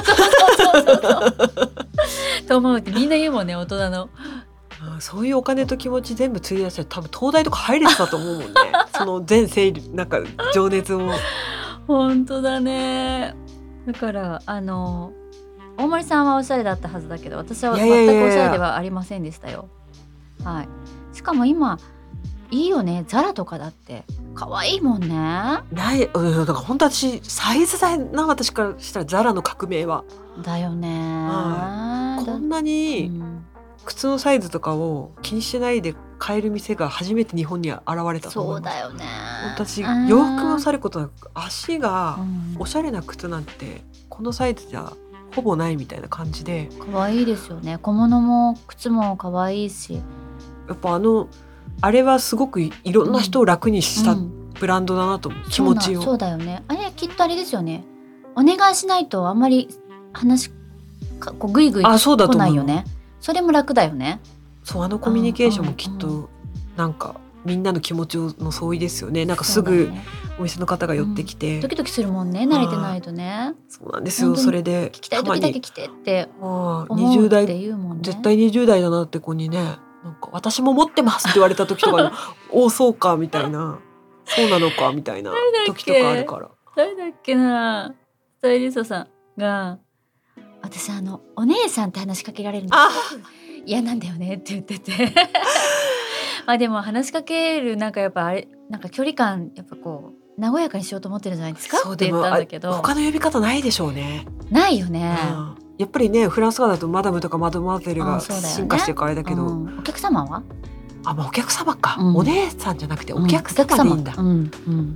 と思うってみんな言うもんね、大人の。 そういうお金と気持ち全部費やしたら多分東大とか入れてたと思うもんねその全整理なんか情熱を本当だね。だからあの大森さんはおしゃれだったはずだけど、私は全くおしゃれではありませんでしたよ。はい。しかも今いいよね、ザラとかだって可愛いもんね。 ない、うん、だから本当私サイズ代な、私からしたらザラの革命はだよね、 はい、こんなに靴のサイズとかを気にしないで買える店が初めて日本に現れたと思います。 そうだよね。 私洋服もさることなく足がおしゃれな靴なんてこのサイズじゃほぼないみたいな感じで、 可愛いですよね。小物も靴も可愛いし、 やっぱあのあれはすごくいろんな人を楽にしたブランドだなと思う、うん、気持ちを。 そうだよね。あれきっとあれですよね、お願いしないとあんまり話かこうグイグイ来ないよね。それも楽だよね。 そう、あのコミュニケーションもきっとなんかみんなの気持ちの相違ですよね。なんかすぐお店の方が寄ってきて、 うん、ドキドキするもんね、慣れてないとね。 そうなんですよ。それで聞きたい時だけ来てって思うにじゅう代っていうもんね。 絶対にじゅう代だなって子にね、なんか私も持ってますって言われた時とかおおそうかみたいな、そうなのかみたいな時とかあるから。 誰だっけな、スタイリストさんが、私あのお姉さんって話しかけられるの嫌なんだよねって言っててまあでも話しかけるなんかやっぱあれなんか距離感やっぱこう和やかにしようと思ってるんじゃないですかって言ったんだけど、 他の呼び方ないでしょうね。 ないよね、 うん、やっぱりねフランス語だとマダムとかマドマゼルが進化していくあれだけど、 うん、お客様はあ、まあ、お客様か、うん、お姉さんじゃなくてお客様でいいんだ、うんうん、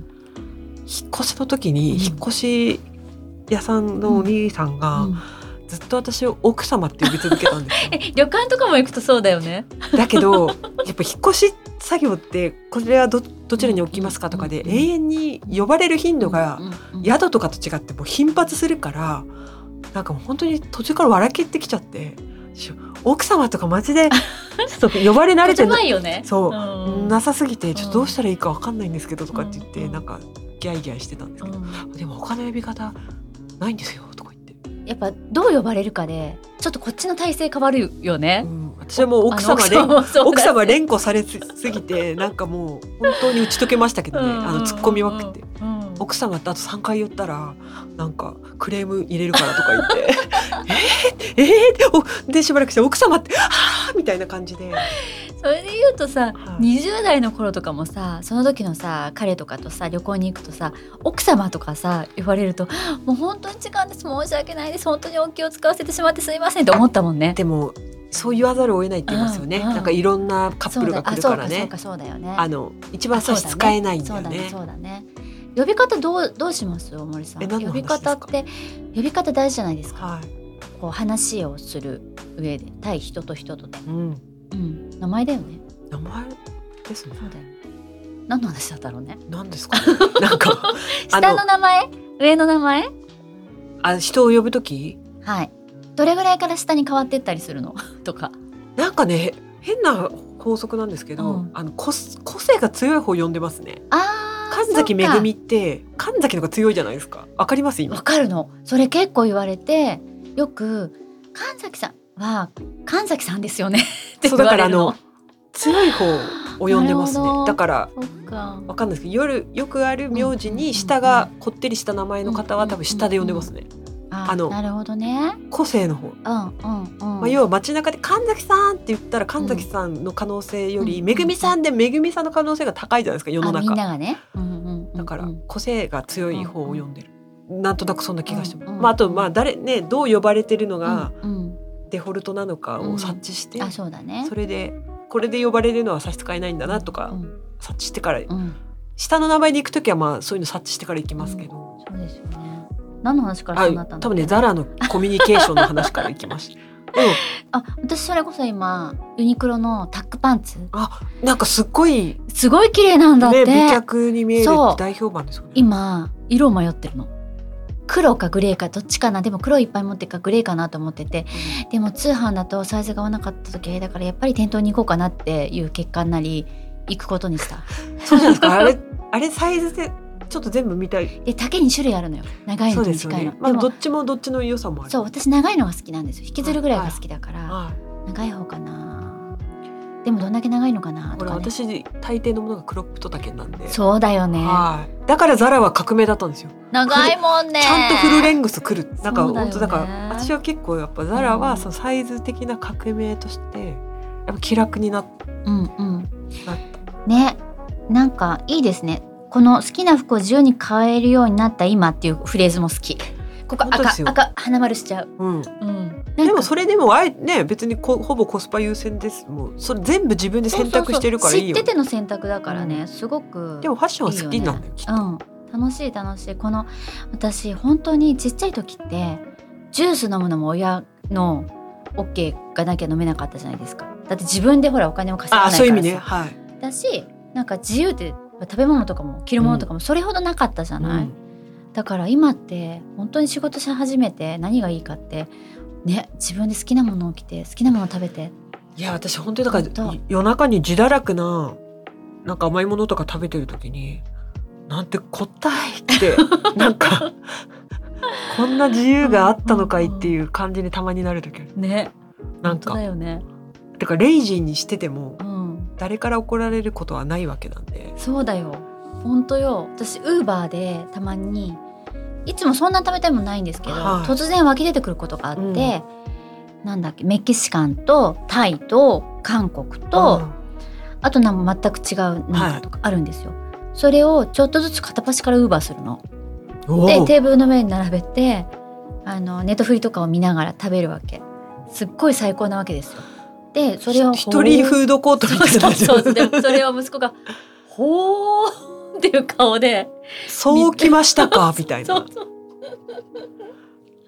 引っ越しの時に引っ越し屋さんのお兄さんが、 ずっと私を奥様って呼び続けたんですよえ旅館とかも行くとそうだよね。 だけどやっぱ引っ越し作業ってこれは ど, どちらに置きますかとかで、永遠に呼ばれる頻度が宿とかと違ってもう頻発するから、なんかもう本当に途中から笑けってきちゃって、奥様とかマジでちょっと呼ばれ慣れてないよね。 そう、うん、なさすぎてちょっとどうしたらいいか分かんないんですけどとかって言って、うん、なんかギャイギャイしてたんですけど、うん、でも他の呼び方ないんですよとか言って、 やっぱどう呼ばれるかでちょっとこっちの体勢変わるよね、 うん、私はもう奥様連奥様連呼されすぎてなんかもう本当に打ち解けましたけどね、あの突っ込みまくって、うん、奥様ってあとさんかい言ったらなんかクレーム入れるからとか言ってえー、えー、でしばらくして奥様ってはぁみたいな感じで、 それで言うとさ、はい、にじゅう代の頃とかもさ、その時のさ彼とかとさ旅行に行くとさ奥様とかさ言われるともう本当に時間です、申し訳ないです、本当にお気を使わせてしまってすいませんって思ったもんね。 でもそう言わざるを得ないって言いますよね、うんうん、なんかいろんなカップルが来るからね。 そうかそうかそうだよね。 あの一番差し支えないんだよね。 そうだねそうだね。呼び方どうどうします大森さん。呼び方って呼び方大事じゃないですか、はい、こう話をする上で対人と人とで、うんうん、名前だよね。 名前ですね。 そうだよね。何の話だったろうね。 何ですかなんか下の名前上の名前、 あ人を呼ぶとき、 はい、どれぐらいから下に変わってったりするのとか。 なんかね変な法則なんですけど、うん、あの 個, 個性が強い方呼んでますね。あ神崎めぐみって神崎の方が強いじゃないですか。わかります今。 わかるの。それ結構言われて、よく神崎さんは神崎さんですよねって言われるの。そうだからあの強い方を呼んでますね。だからわかんないですけど、夜よくある名字に下がこってりした名前の方は多分下で呼んでますね。 あのなるほどね。 個性の方、うんうんうんまあ、要は街中で神崎さんって言ったら神崎さんの可能性より、うん、めぐみさんでめぐみさんの可能性が高いじゃないですか世の中。 みんながね、うんうんうんうん、 だから個性が強い方を呼んでる、うんうん、なんとなくそんな気がしてます、うんうんまあ、あとまあ誰、ね、どう呼ばれてるのがデフォルトなのかを察知して、うんうんあそうだね、それでこれで呼ばれるのは差し支えないんだなとか、うん、察知してから、うん、下の名前に行くときはまあそういうの察知してから行きますけど、 うん、そうですよね。何の話からそうなったんだっけ。 多分ねザラのコミュニケーションの話から行きました、うん、 あ私それこそ今ユニクロのタックパンツ、 あなんかすっごいすごい綺麗なんだって、 ね、美脚に見えるって大評判ですよね。 今色迷ってるの、黒かグレーかどっちかな。でも黒いっぱい持ってるからグレーかなと思ってて、うん、でも通販だとサイズが合わなかった時だからやっぱり店頭に行こうかなっていう結果になり行くことにした。 そうじゃないですかあれあれサイズでちょっと全部見たい。 で丈に種類あるのよ、長いのと短いの。 で、ねまあ、どっちもどっちの良さもある。 そう私長いのが好きなんですよ。引きずるぐらいが好きだから、はい、長い方かな。でもどんだけ長いのかなとか、ね、 私大抵のものがクロップト丈なんで。 そうだよね、 はい、だからザラは革命だったんですよ。 長いもんね。 ちゃんとフルレングスくる。なんか本当だから私は結構やっぱザラはそのサイズ的な革命としてやっぱ気楽になった、うんうん、なったね。なんかいいですね。この好きな服を自由に買えるようになった今っていうフレーズも好き。ここ赤赤花丸しちゃう、うんうん、 でもそれでもあえね別にこほぼコスパ優先です。もうそれ全部自分で選択してるからいいよ。 そうそうそう知ってての選択だからね、うん、すごくでもファッションは好きなんだよ、きっと、 うん、楽しい楽しい。この私本当にちっちゃい時ってジュース飲むのも親の OK がなきゃ飲めなかったじゃないですか。だって自分でほらお金を稼がないからさ。あそういう意味ね、はい、だしなんか自由で食べ物とかも着るものとかもそれほどなかったじゃない、うん、だから今って本当に仕事し始めて何がいいかってね、自分で好きなものを着て好きなものを食べて。 いや私本当にだから夜中に自堕落ななんか甘いものとか食べてる時になんてこったいってなんかこんな自由があったのかいっていう感じにたまになる時あるね。 なんか本当だよね。 だからレイジーにしてても、うん、誰から怒られることはないわけなんで。 そうだよ本当よ。私ウーバーでたまにいつもそんな食べたいもんないんですけど、はい、突然湧き出てくることがあって、うん、なんだっけメキシカンとタイと韓国と、うん、あとなんか全く違うなんかとかあるんですよ、はい、それをちょっとずつ片っ端からウーバーするのでテーブルの上に並べてあのネットフリとかを見ながら食べるわけ。すっごい最高なわけですよ。でそれを一人フードコートみたいな。 そうそうそうでもそれを息子がほーっていう顔でそうきましたかみたいな。そうそう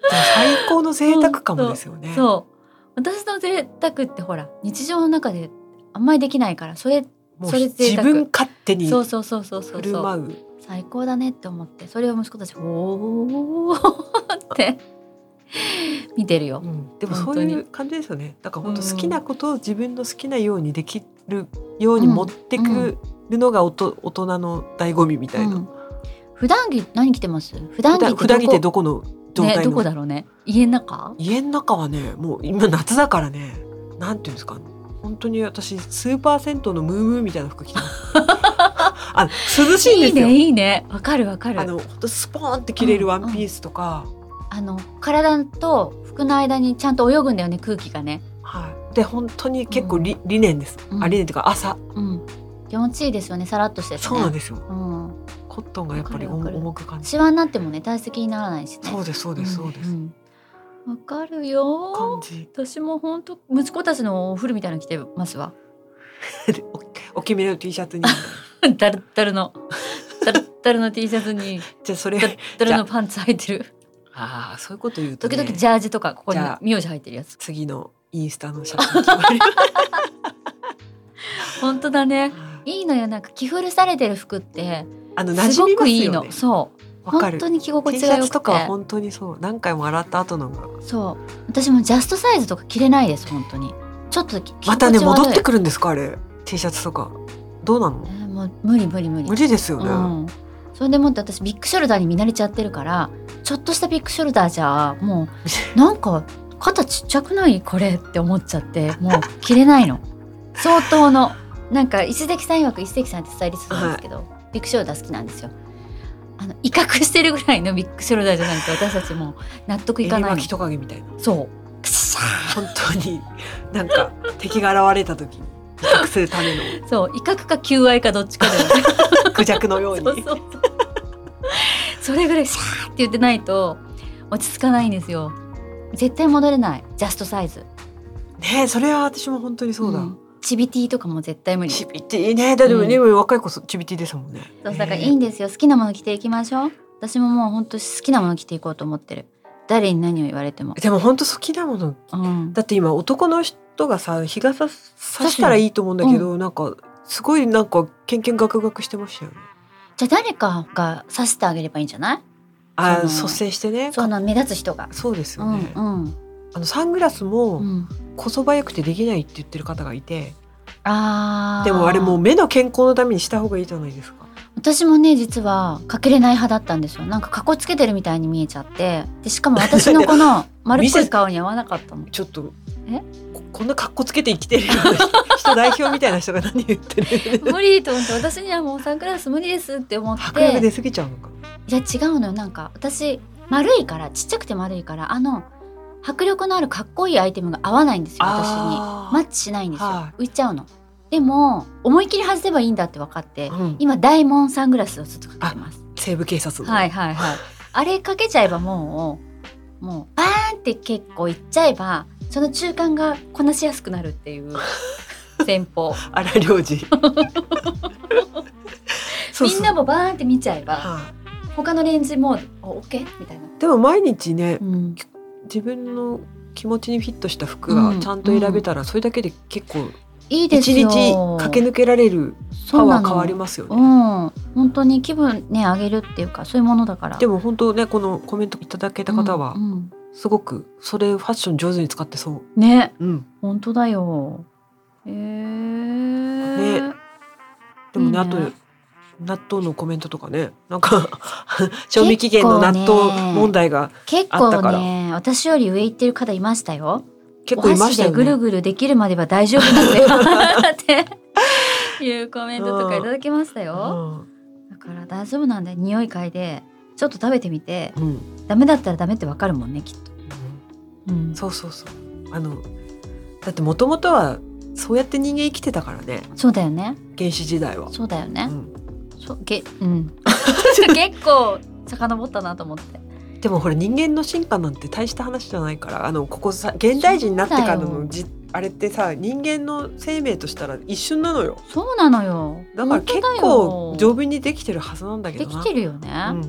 最高の贅沢かもですよね。 そう、そう私の贅沢ってほら日常の中であんまりできないから、それもうそれ贅沢、 自分勝手にそうそうそうそうそう振る舞う。 最高だねって思って、それを息子たちおーって見てるよ、 うん、でもそういう感じですよね。だから本当好きなことを自分の好きなようにできるように持ってくるのがおと、大人の醍醐味みたいな、うん、 普段着何着てます？普段着ってどこ？ 普段着ってどこの状態の、 ね、どこだろうね。家の中？ 家の中はね、もう今夏だからね、なんていうんですか、本当に私スーパー銭湯のムームーみたいな服着てますあの涼しいんですよ。 いいねいいね、わかるわかる。 あの本当スポーンって着れるワンピースとか、 うんうん、あの体と服の間にちゃんと泳ぐんだよね、空気がね。 はい。で本当に結構リ、うん、リネンです、うん、あリネンっていうか朝、 うん、気持ちいいですよね、さらっとしてて、ね、 そうなんですよ、 うん、 コットンがやっぱり重く感じる。 シワになってもね体積にならないしね。 そうですそうですそうです。わ、 うんうん、かるよ。 感じ。 私も本当息子たちのお風呂みたいなの着てますわおきめの T シャツにダルダルのダルダルの T シャツにじゃあそれダルダルのパンツ履いてる。 ああ、そういうこと言うと、ね、 時々ジャージとかここに名字入ってるやつ。 次のインスタの写真決まり本当だね、いいのよ。なんか着古されてる服ってあの馴染みますよね。 すごくいいの。そう本当に着心地が良くて、 T シャツとかは本当にそう何回も洗った後のが、 そう私もジャストサイズとか着れないです。本当にちょっとまたね戻ってくるんですかあれ T シャツとかどうなの、 えー、もう無理無理無理無理ですよね、うん、 それでもって私ビッグショルダーに見慣れちゃってるから、ちょっとしたビッグショルダーじゃもうなんか肩ちっちゃくないこれって思っちゃってもう着れないの相当のなんか石関さん曰く石関さんってスタイリストなんですけど、はい、ビッグショルダー好きなんですよ。あの威嚇してるぐらいのビッグショルダーじゃないと私たちも納得いかないの。 エリマキトカゲみたいな。 そう本当になんか敵が現れた時に威嚇するためのそう威嚇か求愛かどっちかでクジャクのようにそうそうそうそれぐらいシャーって言ってないと落ち着かないんですよ。絶対戻れないジャストサイズね。それは私も本当にそうだ、うん、 チビティとかも絶対無理。 チビティね。だって、うん、若い子チビティですもんね。 そうだからいいんですよ。好きなもの着ていきましょう。私ももう本当好きなもの着ていこうと思ってる。誰に何を言われても。 でも本当好きなもの、うん、だって今男の人がさ日傘さしたらいいと思うんだけど、うん、なんかすごいなんかケンケンガクガクしてましたよね。 じゃあ誰かがさしてあげればいいんじゃない？ あ率先してね。 その目立つ人が。 そうですよね、 うんうん、 あのサングラスもこそばよくてできないって言ってる方がいて、 あでもあれもう目の健康のためにした方がいいじゃないですか。 私もね実はかけれない派だったんですよ。なんかかっこつけてるみたいに見えちゃって、でしかも私のこの丸っこい顔に合わなかったのちょっとえ こ, こんなかっこつけて生きてるような人代表みたいな人が何言ってる無理と思って、私にはもうサングラス無理ですって思って。 迫力出過ぎちゃうのか。 いや違うのよ。なんか私丸いからちっちゃくて丸いからあの迫力のあるかっこいいアイテムが合わないんですよ。私にマッチしないんですよ、はい、浮いちゃうの。でも思い切り外せばいいんだって分かって、うん、今ダイモンサングラスをずっとかけてます。 西部警察のはいはいはいあれかけちゃえばもうもうバーンって結構いっちゃえばその中間がこなしやすくなるっていう戦法荒領事みんなもバーンって見ちゃえば、はあ、他のレンズも OK みたいな。 でも毎日ね、うん、自分の気持ちにフィットした服がちゃんと選べたら、うん、それだけで結構いいですよ。 一日駆け抜けられるパワー変わりますよね。 うん、本当に気分ね上げるっていうかそういうものだから。 でも本当ねこのコメントいただけた方は、うんうん、すごくそれファッション上手に使ってそうね、 うん、 本当だよ。えー、 ね。でもね、いいね、あと納豆のコメントとかね、なんか賞味期限の納豆問題があったから、結構ね私より上行ってる方いましたよ。 結構いましたよね。 お箸でぐるぐるできるまでは大丈夫なんだよっていうコメントとかいただきましたよ、うん、だから大丈夫なんだよ。匂い嗅いでちょっと食べてみて、うん、ダメだったらダメってわかるもんねきっと、 うんうん、そうそうそう。あのだってもともとはそうやって人間生きてたからね。 そうだよね。 原始時代はそうだよね、うん、そげ、うん、結構遡ったなと思って。 でもほら人間の進化なんて大した話じゃないから、あのここさ現代人になってからのじあれってさ人間の生命としたら一瞬なのよ。 そうなのよ。 だから結構丈夫にできてるはずなんだけどな。 できてるよね、 うん、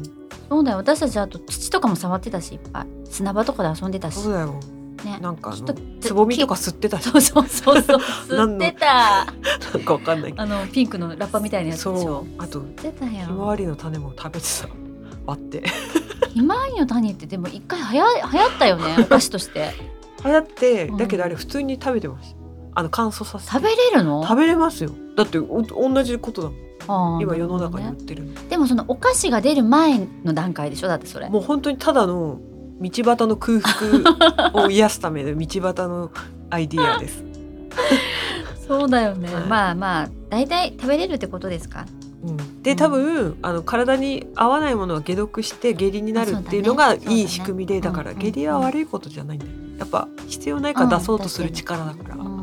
そうだよ、私たちあと土とかも触ってたし、いっぱい砂場とかで遊んでたし。 そうだよ、 ね、 なんかあのつぼみとか吸ってたし、 そうそうそうそう吸ってたなんかわかんないけど、 あのピンクのラッパみたいなやつでしょ。 そう、あと吸ってたよ。 ひまわりの種も食べてた、割ってひまわりの種ってでも一回はや流行ったよね、お菓子として流行って、 うん、 だけどあれ普通に食べてました。あの乾燥させて食べれるの？ 食べれますよ、だってお同じことだもん。 あ、 今世の中に売ってるの、 ね、でもそのお菓子が出る前の段階でしょ、だってそれもう本当にただの道端の空腹を癒すための道端のアイディアですそうだよね、 はい、 まあまあだいたい食べれるってことですか、 うん、で多分、うん、あの体に合わないものは解毒して下痢になるっていうのがいい仕組みで、だから下痢は悪いことじゃないんだよ、やっぱ必要ないから出そうとする力だから、うん、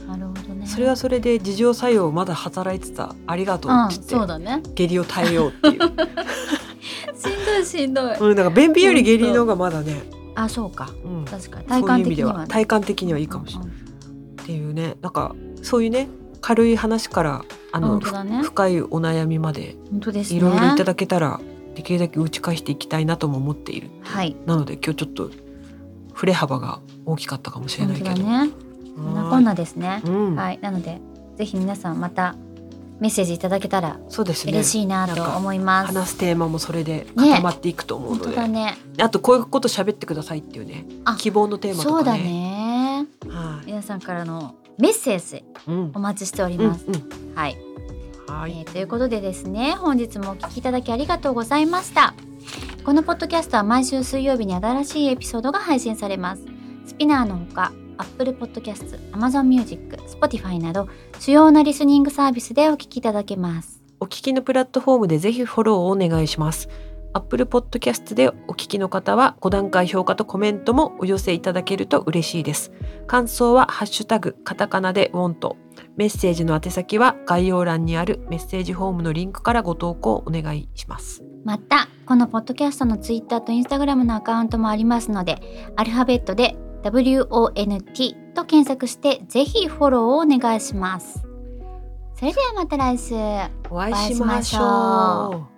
なるほどね、 それはそれで自浄作用まだ働いてた、ありがとうって言って、うん、そうだね、下痢を耐えようっていうしんどいしんどい、 うん、だから便秘より下痢の方がまだね、 あ、そうか、 うん、 確かに体感的には、ね、 体感的にはいいかもしれない、うんうん、っていうね、なんかそういうね軽い話からあの、ね、深いお悩みまでいろいろいただけたらできるだけ打ち返していきたいなとも思っている、はい、なので今日ちょっと振れ幅が大きかったかもしれないけど、 ね、こんなこんなですね、うん、はい、なのでぜひ皆さんまたメッセージいただけたら嬉しいなと思います。 話すテーマもそれで固まっていくと思うので、ね、本当だね、あとこういうこと喋ってくださいっていうね、希望のテーマとかね、 そうだね、はい、皆さんからのメッセージお待ちしております、うんうんうん、はい、はい、えー、ということでですね、本日もお聞きいただきありがとうございました。このポッドキャストは毎週水曜日に新しいエピソードが配信されます。スピナーのほかApple Podcast、Amazon Music、Spotify など主要なリスニングサービスでお聞きいただけます。 お聞きのプラットフォームでぜひフォローをお願いします。Apple Podcast でお聞きの方はご段階評価とコメントもお寄せいただけると嬉しいです。感想はハッシュタグカタカナで ウォント、 メッセージの宛先は概要欄にあるメッセージフォームのリンクからご投稿お願いします。 またこのポッドキャストの Twitter と Instagram のアカウントもありますので、アルファベットで ダブリューオーエヌティー と検索してぜひフォローをお願いします。それではまた来週お会いしましょう。